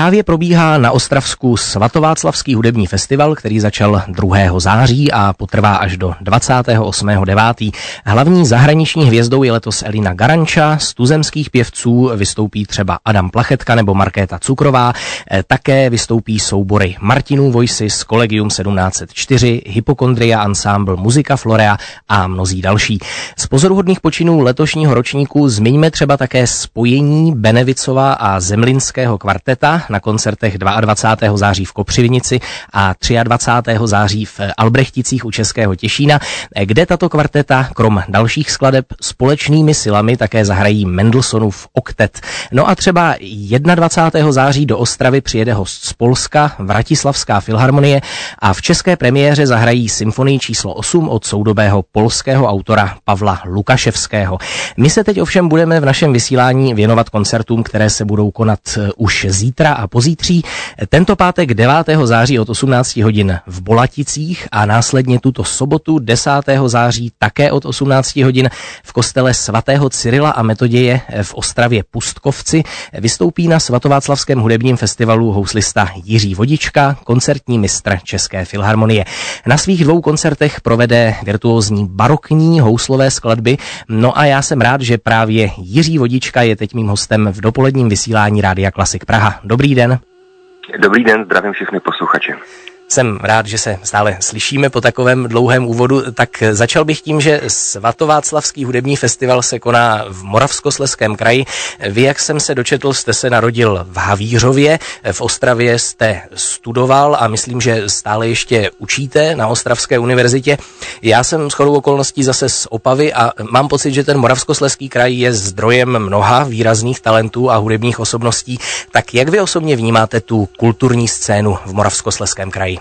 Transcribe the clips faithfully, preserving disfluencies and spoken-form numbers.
Právě probíhá na Ostravsku svatováclavský hudební festival, který začal druhého září a potrvá až do dvacátého osmého devátého Hlavní zahraniční hvězdou je letos Elina Garanča, z tuzemských pěvců vystoupí třeba Adam Plachetka nebo Markéta Cukrová, také vystoupí soubory Martinů Voices, Collegium sedmnáct set čtyři, Hypokondria Ensemble, Muzika Florea a mnozí další. Z pozoruhodných počinů letošního ročníku zmiňme třeba také spojení Benevicova a Zemlinského kvarteta na koncertech dvacátého druhého září v Kopřivnici a dvacátého třetího září v Albrechticích u Českého Těšína, kde tato kvarteta krom dalších skladeb společnými silami také zahrají Mendelssohnův oktet. No a třeba dvacátého prvního září do Ostravy přijede host z Polska, Vratislavská filharmonie, a v české premiéře zahrají symfonii číslo osm od soudobého polského autora Pavla Lukaševského. My se teď ovšem budeme v našem vysílání věnovat koncertům, které se budou konat už zítra a pozítří. Tento pátek devátého září od osmnácti hodin v Bolaticích a následně tuto sobotu desátého září také od osmnácti hodin v kostele svatého Cyrila a Metoděje v Ostravě Pustkovci vystoupí na svatováclavském hudebním festivalu houslista Jiří Vodička, koncertní mistr České filharmonie. Na svých dvou koncertech provede virtuózní barokní houslové skladby. No a já jsem rád, že právě Jiří Vodička je teď mým hostem v dopoledním vysílání Rádia Klasik Praha. Dobrý den. Dobrý den, zdravím všechny posluchače. Jsem rád, že se stále slyšíme po takovém dlouhém úvodu, tak začal bych tím, že svatováclavský hudební festival se koná v Moravskoslezském kraji. Vy, jak jsem se dočetl, jste se narodil v Havířově, v Ostravě jste studoval a myslím, že stále ještě učíte na Ostravské univerzitě. Já jsem shodou okolností zase z Opavy a mám pocit, že ten Moravskoslezský kraj je zdrojem mnoha výrazných talentů a hudebních osobností. Tak jak vy osobně vnímáte tu kulturní scénu v Moravskoslezském kraji?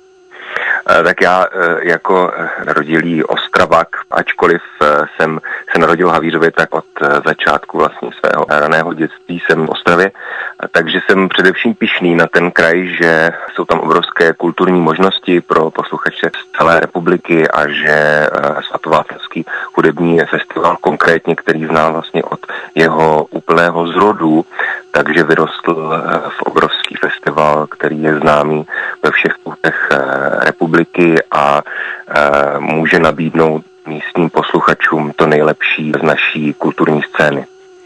Tak já jako narodilý Ostravák, ačkoliv jsem se narodil v Havířově, tak od začátku vlastně svého raného dětství jsem v Ostravě, takže jsem především pyšný na ten kraj, že jsou tam obrovské kulturní možnosti pro posluchače z celé republiky a že svatováclavský hudební festival konkrétně, který znám vlastně od jeho úplného zrodu, takže vyrostl v obrovský festival, který je známý ve všech koutech republiky a může nabídnout místním posluchačům to nejlepší z naší kulturní scény.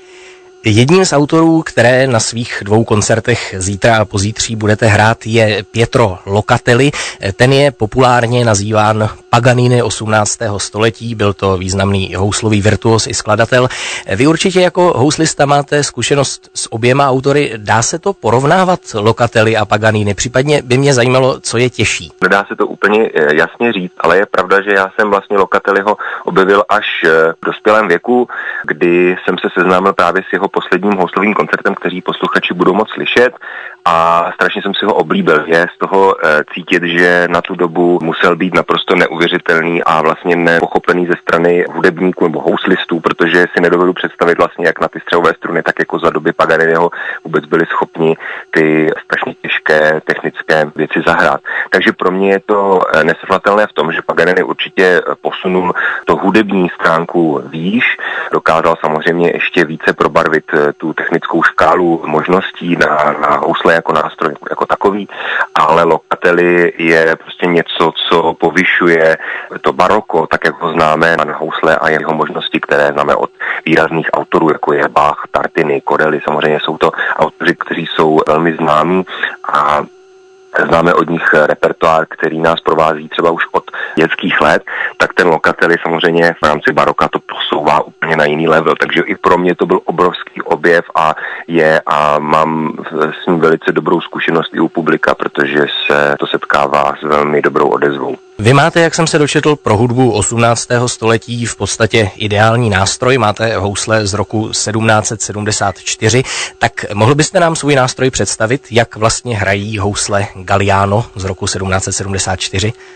Jedním z autorů, které na svých dvou koncertech zítra a pozítří budete hrát, je Pietro Locatelli. Ten je populárně nazýván Paganini osmnáctého století, byl to významný houslový virtuos i skladatel. Vy určitě jako houslista máte zkušenost s oběma autory. Dá se to porovnávat, Locatelli a Paganini? Případně by mě zajímalo, co je těžší. Nedá se to úplně jasně říct, ale je pravda, že já jsem vlastně Locatelliho objevil až v dospělém věku, kdy jsem se seznámil právě s jeho posledním houslovým koncertem, který posluchači budou moc slyšet, a strašně jsem si ho oblíbil. Je z toho e, cítit, že na tu dobu musel být naprosto neuvěřitelný a vlastně nepochopený ze strany hudebníků nebo houslistů, protože si nedovedu představit vlastně, jak na ty střelové struny, tak jako za doby Paganiniho vůbec byli schopni ty strašně těžké technické věci zahrát. Takže pro mě je to nesrovnatelné v tom, že Paganini určitě posunul to hudební stránku výš, dokázal samozřejmě ještě více probarvit tu technickou škálu možností na, na housle jako nástroj jako takový, ale Locatelli je prostě něco, co povyšuje to baroko, tak jak ho známe na housle a jeho možnosti, které známe od výrazných autorů, jako je Bach, Tartini, Corelli. Samozřejmě jsou to autoři, kteří jsou velmi známí a známe od nich repertoár, který nás provází třeba už od dětských let, tak ten Locatelli samozřejmě v rámci baroka to posouvá úplně na jiný level, takže i pro mě to byl obrovský objev a je a mám s ním velice dobrou zkušenost i u publika, protože se to setkává s velmi dobrou odezvou. Vy máte, jak jsem se dočetl, pro hudbu osmnáctého století v podstatě ideální nástroj, máte housle z roku sedmnáct set sedmdesát čtyři, tak mohl byste nám svůj nástroj představit, jak vlastně hrají housle Galliano z roku sedmnáct set sedmdesát čtyři?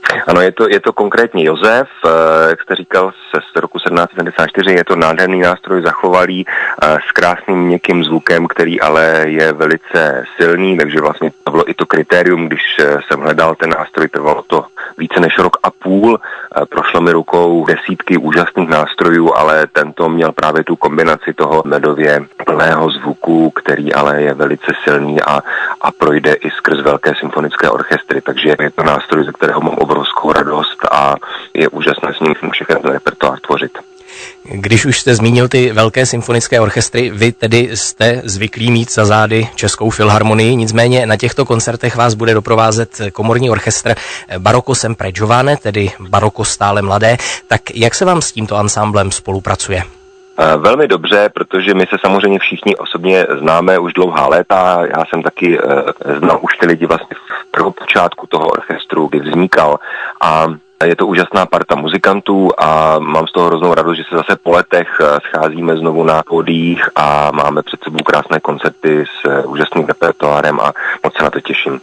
Ano, je to, je to konkrétně Josef, jak jste říkal, z roku sedmnáct set sedmdesát čtyři, je to nádherný nástroj zachovalý s krásným měkkým zvukem, který ale je velice silný, takže vlastně to bylo i to kritérium, když jsem hledal ten nástroj, trvalo to více než rok a půl, prošlo mi rukou desítky úžasných nástrojů, ale tento měl právě tu kombinaci toho medově plného zvuku, který ale je velice silný a, a projde i skrz velké symfonické orchestry, takže je to nástroj, ze kterého mám obrovskou radost a je úžasné s ním všechny ten repertoár tvořit. Když už jste zmínil ty velké symfonické orchestry, vy tedy jste zvyklí mít za zády Českou filharmonii, nicméně na těchto koncertech vás bude doprovázet komorní orchestr Barocco Sempre Giovane, tedy Baroko stále mladé. Tak jak se vám s tímto ansámblem spolupracuje? Velmi dobře, protože my se samozřejmě všichni osobně známe už dlouhá léta. Já jsem taky znal už ty lidi vlastně v prvopočátku toho orchestru, kdy vznikal, a je to úžasná parta muzikantů a mám z toho hroznou radost, že se zase po letech scházíme znovu na pódiích a máme před sebou krásné koncerty s úžasným repertoárem a moc se na to těším.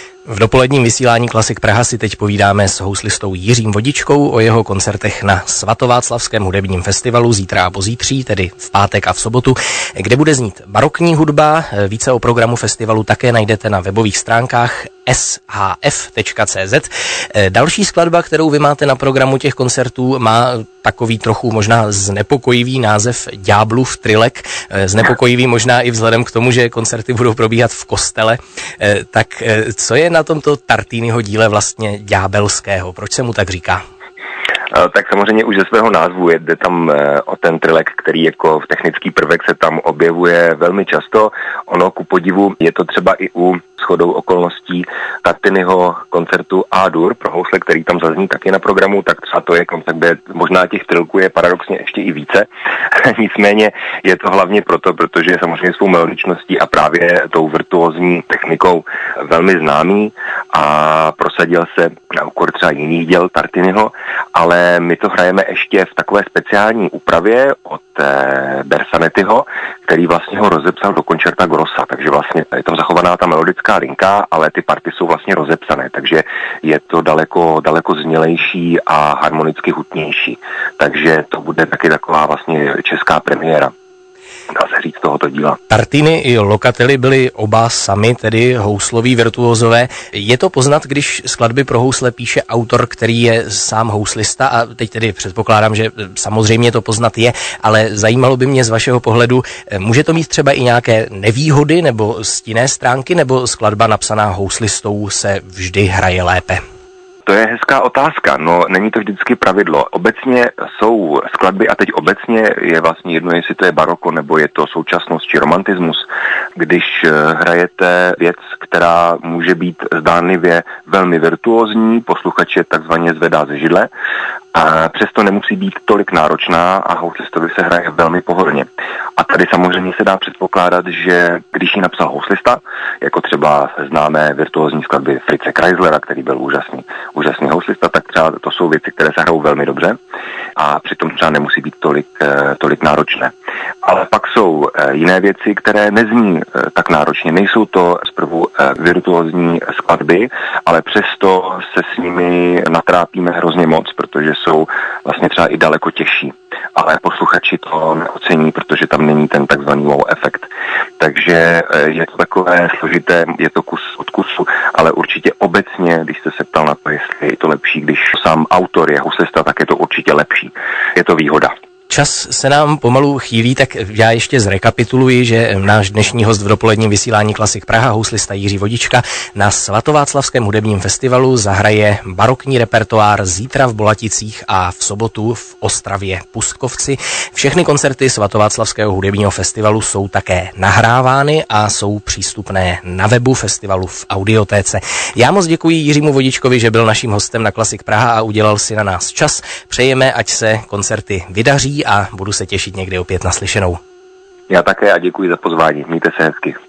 V dopoledním vysílání Klasik Praha si teď povídáme s houslistou Jiřím Vodičkou o jeho koncertech na Svatováclavském hudebním festivalu zítra a pozítří, tedy v pátek a v sobotu, kde bude znít barokní hudba. Více o programu festivalu také najdete na webových stránkách s h f tečka c z. Další skladba, kterou vy máte na programu těch koncertů, má takový trochu možná znepokojivý název Ďáblův trilek. Znepokojivý možná i vzhledem k tomu, že koncerty budou probíhat v kostele. Tak co je na tomto Tartiniho díle vlastně ďábelského? Proč se mu tak říká? Tak samozřejmě už ze svého názvu jde tam o ten trilek, který jako technický prvek se tam objevuje velmi často. Ono ku podivu je to třeba i u shodou okolností Tartiniho koncertu A-dur pro housle, který tam zazní taky na programu, tak třeba to je koncert, kde možná těch trilků je paradoxně ještě i více. Nicméně je to hlavně proto, protože samozřejmě svou melodičností a právě tou virtuózní technikou velmi známý a prosadil se na úkor třeba jiných děl Tartiniho, ale my to hrajeme ještě v takové speciální úpravě od Bersanettiho, který vlastně ho rozepsal do Concerta Grossa, takže vlastně je tam zachovaná ta melodická linka, ale ty party jsou vlastně rozepsané, takže je to daleko, daleko znělejší a harmonicky hutnější. Takže to bude taky taková vlastně česká premiéra, dá se říct, tohoto díla. Tartini i Locatelli byli oba sami, tedy housloví virtuózové. Je to poznat, když skladby pro housle píše autor, který je sám houslista, a teď tedy předpokládám, že samozřejmě to poznat je, ale zajímalo by mě z vašeho pohledu, může to mít třeba i nějaké nevýhody nebo stinné stránky, nebo skladba napsaná houslistou se vždy hraje lépe? To je hezká otázka, no není to vždycky pravidlo. Obecně jsou skladby, a teď obecně je vlastně jedno, jestli to je baroko, nebo je to současnost či romantismus. Když hrajete věc, která může být zdánlivě velmi virtuózní, posluchače takzvaně zvedá ze židle, a přesto nemusí být tolik náročná a houslistovi se hraje velmi pohodlně. A tady samozřejmě se dá předpokládat, že když ji napsal houslista, jako třeba známé virtuózní skladby Fritze Kreislera, který byl úžasný, úžasný houslista, tak třeba to jsou věci, které se hrajou velmi dobře a přitom třeba nemusí být tolik, tolik náročné. Ale pak jsou jiné věci, které nezní tak náročně. Nejsou to zprvu virtuózní skladby, ale přesto se s nimi natrápíme hrozně moc, protože jsou vlastně třeba i daleko těžší. Ale posluchači to neocení, protože tam není ten takzvaný wow efekt. Takže je to takové složité, je to kus od kusu, ale určitě obecně, když jste se ptal na to, jestli je to lepší, když sám autor je houslista, tak je to určitě lepší. Je to výhoda. Čas se nám pomalu chýlí, tak já ještě zrekapituluji, že náš dnešní host v dopoledním vysílání Klasik Praha, houslista Jiří Vodička, na Svatováclavském hudebním festivalu zahraje barokní repertoár zítra v Bolaticích a v sobotu v Ostravě Pustkovci. Všechny koncerty Svatováclavského hudebního festivalu jsou také nahrávány a jsou přístupné na webu festivalu v audiotéce. Já moc děkuji Jiřímu Vodičkovi, že byl naším hostem na Klasik Praha a udělal si na nás čas. Přejeme, ať se koncerty vydaří, a budu se těšit někdy opět naslyšenou. Já také a děkuji za pozvání. Mějte se hezky.